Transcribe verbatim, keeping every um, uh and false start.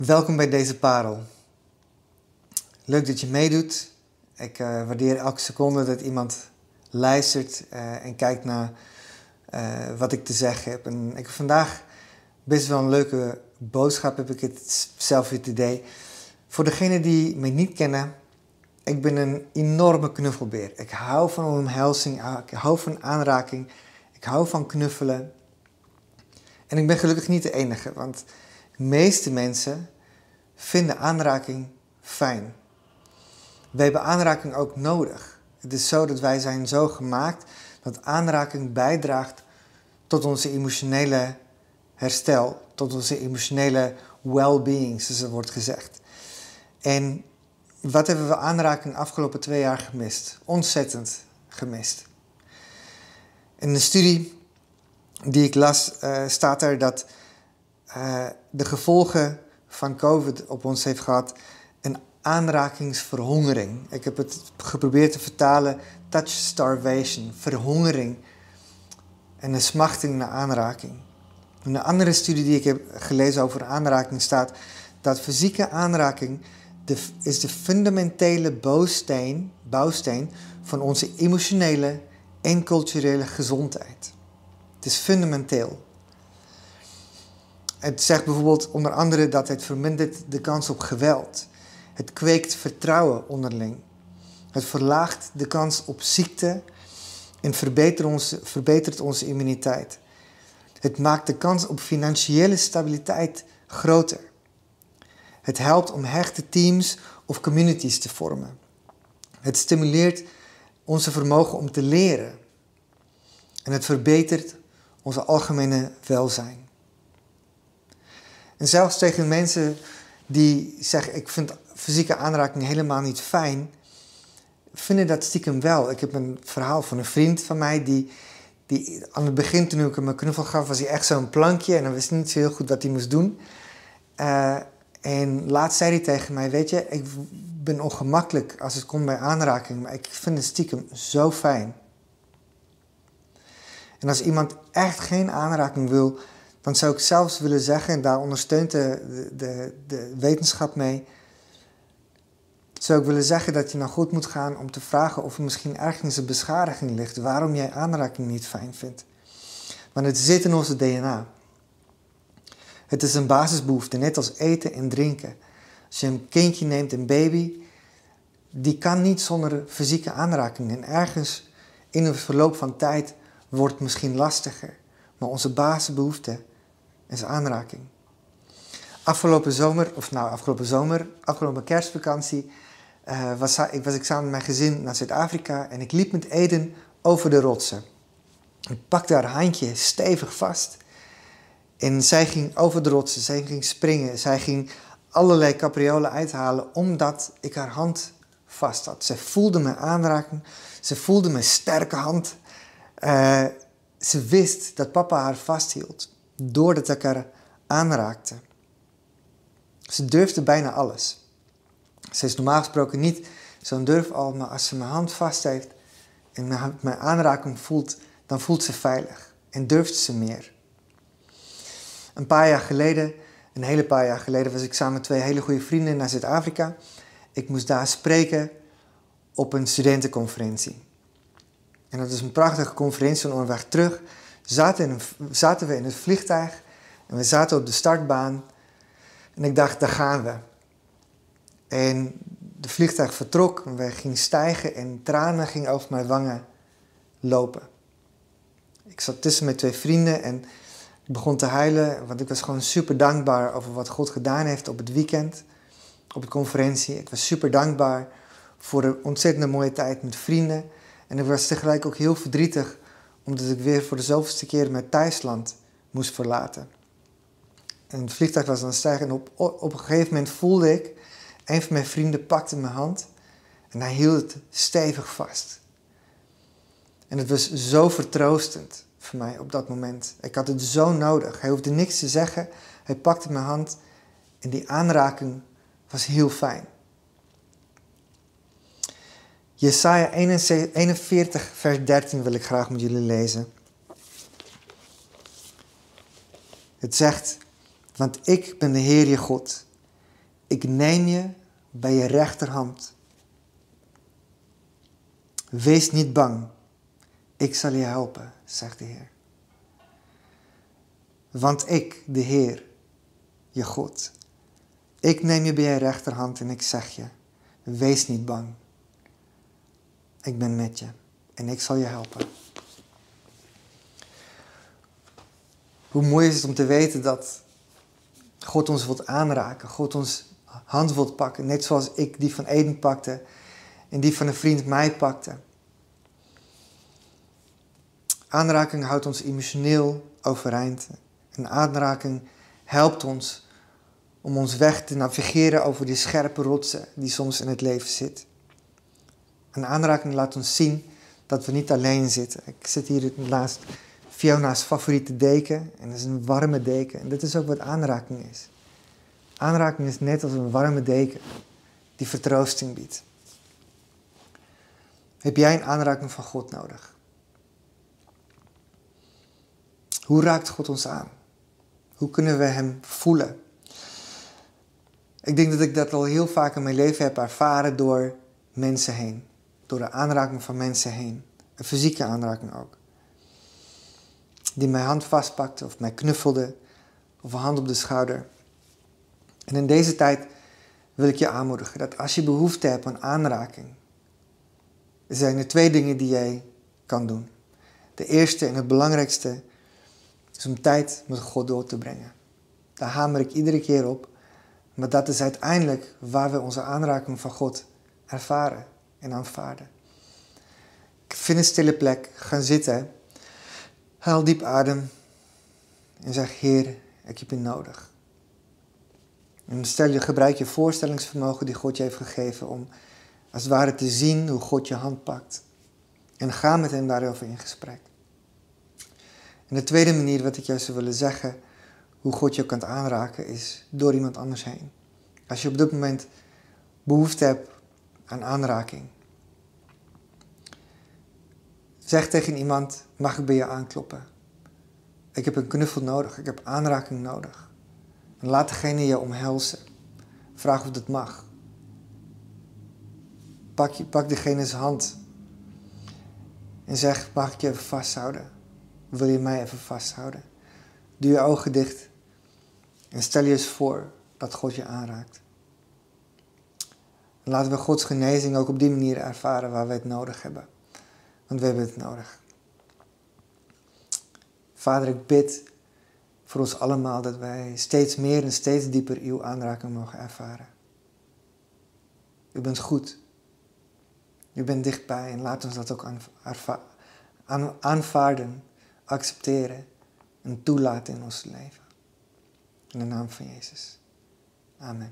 Welkom bij deze parel. Leuk dat je meedoet. Ik uh, waardeer elke seconde dat iemand luistert uh, en kijkt naar uh, wat ik te zeggen heb. En ik heb vandaag best wel een leuke boodschap, heb ik het zelf het idee. Voor degenen die mij niet kennen, ik ben een enorme knuffelbeer. Ik hou van omhelzing, ik hou van aanraking, ik hou van knuffelen. En ik ben gelukkig niet de enige, want de meeste mensen vinden aanraking fijn. We hebben aanraking ook nodig. Het is zo dat wij zijn zo gemaakt dat aanraking bijdraagt tot onze emotionele herstel, tot onze emotionele well-being, zoals er wordt gezegd. En wat hebben we aanraking de afgelopen twee jaar gemist? Ontzettend gemist. In de studie die ik las, uh, staat er dat uh, de gevolgen van COVID op ons heeft gehad een aanrakingsverhongering. Ik heb het geprobeerd te vertalen, touch starvation, verhongering en een smachting naar aanraking. In een andere studie die ik heb gelezen over aanraking staat dat fysieke aanraking de, is de fundamentele bouwsteen, bouwsteen van onze emotionele en culturele gezondheid. Het is fundamenteel. Het zegt bijvoorbeeld onder andere dat het vermindert de kans op geweld. Het kweekt vertrouwen onderling. Het verlaagt de kans op ziekte en verbetert onze, verbetert onze immuniteit. Het maakt de kans op financiële stabiliteit groter. Het helpt om hechte teams of communities te vormen. Het stimuleert onze vermogen om te leren. En het verbetert onze algemene welzijn. En zelfs tegen mensen die zeggen, ik vind fysieke aanraking helemaal niet fijn, vinden dat stiekem wel. Ik heb een verhaal van een vriend van mij, die, die aan het begin toen ik hem een knuffel gaf, was hij echt zo'n plankje en dan wist hij niet zo heel goed wat hij moest doen. Uh, en laatst zei hij tegen mij, weet je, ik ben ongemakkelijk als het komt bij aanraking, maar ik vind het stiekem zo fijn. En als iemand echt geen aanraking wil, dan zou ik zelfs willen zeggen, en daar ondersteunt de, de, de wetenschap mee, zou ik willen zeggen dat je nou goed moet gaan om te vragen of er misschien ergens een beschadiging ligt, waarom jij aanraking niet fijn vindt. Want het zit in onze D N A. Het is een basisbehoefte, net als eten en drinken. Als je een kindje neemt, een baby, die kan niet zonder fysieke aanraking. En ergens in het verloop van tijd wordt het misschien lastiger. Maar onze basisbehoefte is aanraking. Afgelopen zomer, of nou afgelopen zomer, afgelopen kerstvakantie, uh, was, ik, was ik samen met mijn gezin naar Zuid-Afrika en ik liep met Eden over de rotsen. Ik pakte haar handje stevig vast. En zij ging over de rotsen, zij ging springen, zij ging allerlei capriolen uithalen omdat ik haar hand vast had. Ze voelde mijn aanraking, ze voelde mijn sterke hand. Uh, ze wist dat papa haar vasthield, doordat ik haar aanraakte. Ze durfde bijna alles. Ze is normaal gesproken niet zo'n durf al, maar als ze mijn hand vast heeft en mijn aanraking voelt, dan voelt ze veilig en durft ze meer. Een paar jaar geleden, een hele paar jaar geleden, was ik samen met twee hele goede vrienden naar Zuid-Afrika. Ik moest daar spreken op een studentenconferentie. En dat is een prachtige conferentie. En onderweg terug zaten, in een, zaten we in het vliegtuig en we zaten op de startbaan. En ik dacht, daar gaan we. En de vliegtuig vertrok en we gingen stijgen en tranen gingen over mijn wangen lopen. Ik zat tussen mijn twee vrienden en ik begon te huilen, want ik was gewoon super dankbaar over wat God gedaan heeft op het weekend, op de conferentie. Ik was super dankbaar voor een ontzettend mooie tijd met vrienden. En ik was tegelijk ook heel verdrietig, omdat ik weer voor de zoveelste keer mijn thuisland moest verlaten. En het vliegtuig was aan het stijgen en op, op een gegeven moment voelde ik, een van mijn vrienden pakte mijn hand en hij hield het stevig vast. En het was zo vertroostend voor mij op dat moment. Ik had het zo nodig. Hij hoefde niks te zeggen. Hij pakte mijn hand en die aanraking was heel fijn. Jesaja eenenveertig vers dertien wil ik graag met jullie lezen. Het zegt, want ik ben de Heer je God, Ik neem je bij je rechterhand. Wees niet bang. Ik zal je helpen, zegt de Heer. Want ik, de Heer, je God, ik neem je bij je rechterhand en ik zeg je, wees niet bang. Ik ben met je en ik zal je helpen. Hoe mooi is het om te weten dat God ons wilt aanraken, God ons hand wilt pakken, net zoals ik die van Eden pakte en die van een vriend mij pakte. Aanraking houdt ons emotioneel overeind. En aanraking helpt ons om ons weg te navigeren over die scherpe rotsen die soms in het leven zit. Een aanraking laat ons zien dat we niet alleen zitten. Ik zit hier naast Fiona's favoriete deken en dat is een warme deken. En dit is ook wat aanraking is. Aanraking is net als een warme deken die vertroosting biedt. Heb jij een aanraking van God nodig? Hoe raakt God ons aan? Hoe kunnen we hem voelen? Ik denk dat ik dat al heel vaak in mijn leven heb ervaren door mensen heen. Door de aanraking van mensen heen. Een fysieke aanraking ook. Die mijn hand vastpakte of mij knuffelde. Of een hand op de schouder. En in deze tijd wil ik je aanmoedigen dat als je behoefte hebt aan aanraking. Er zijn er twee dingen die jij kan doen. De eerste en het belangrijkste is om tijd met God door te brengen. Daar hamer ik iedere keer op. Maar dat is uiteindelijk waar we onze aanraking van God ervaren en aanvaarden. Vind een stille plek, ga zitten, haal diep adem en zeg: Heer, ik heb je nodig. En stel je, gebruik je voorstellingsvermogen die God je heeft gegeven om als het ware te zien hoe God je hand pakt. En ga met hem daarover in gesprek. En de tweede manier wat ik jou zou willen zeggen, hoe God je kan aanraken, is door iemand anders heen. Als je op dit moment behoefte hebt aan aanraking. Zeg tegen iemand: mag ik bij je aankloppen? Ik heb een knuffel nodig, ik heb aanraking nodig. En laat degene je omhelzen. Vraag of dat mag. Pak, je, pak degene's hand. En zeg: mag ik je even vasthouden? Wil je mij even vasthouden? Doe je ogen dicht. En stel je eens voor dat God je aanraakt. En laten we Gods genezing ook op die manier ervaren waar we het nodig hebben. Want we hebben het nodig. Vader, ik bid voor ons allemaal dat wij steeds meer en steeds dieper uw aanraking mogen ervaren. U bent goed. U bent dichtbij en laat ons dat ook aanvaarden, accepteren en toelaten in ons leven. In de naam van Jezus. Amen.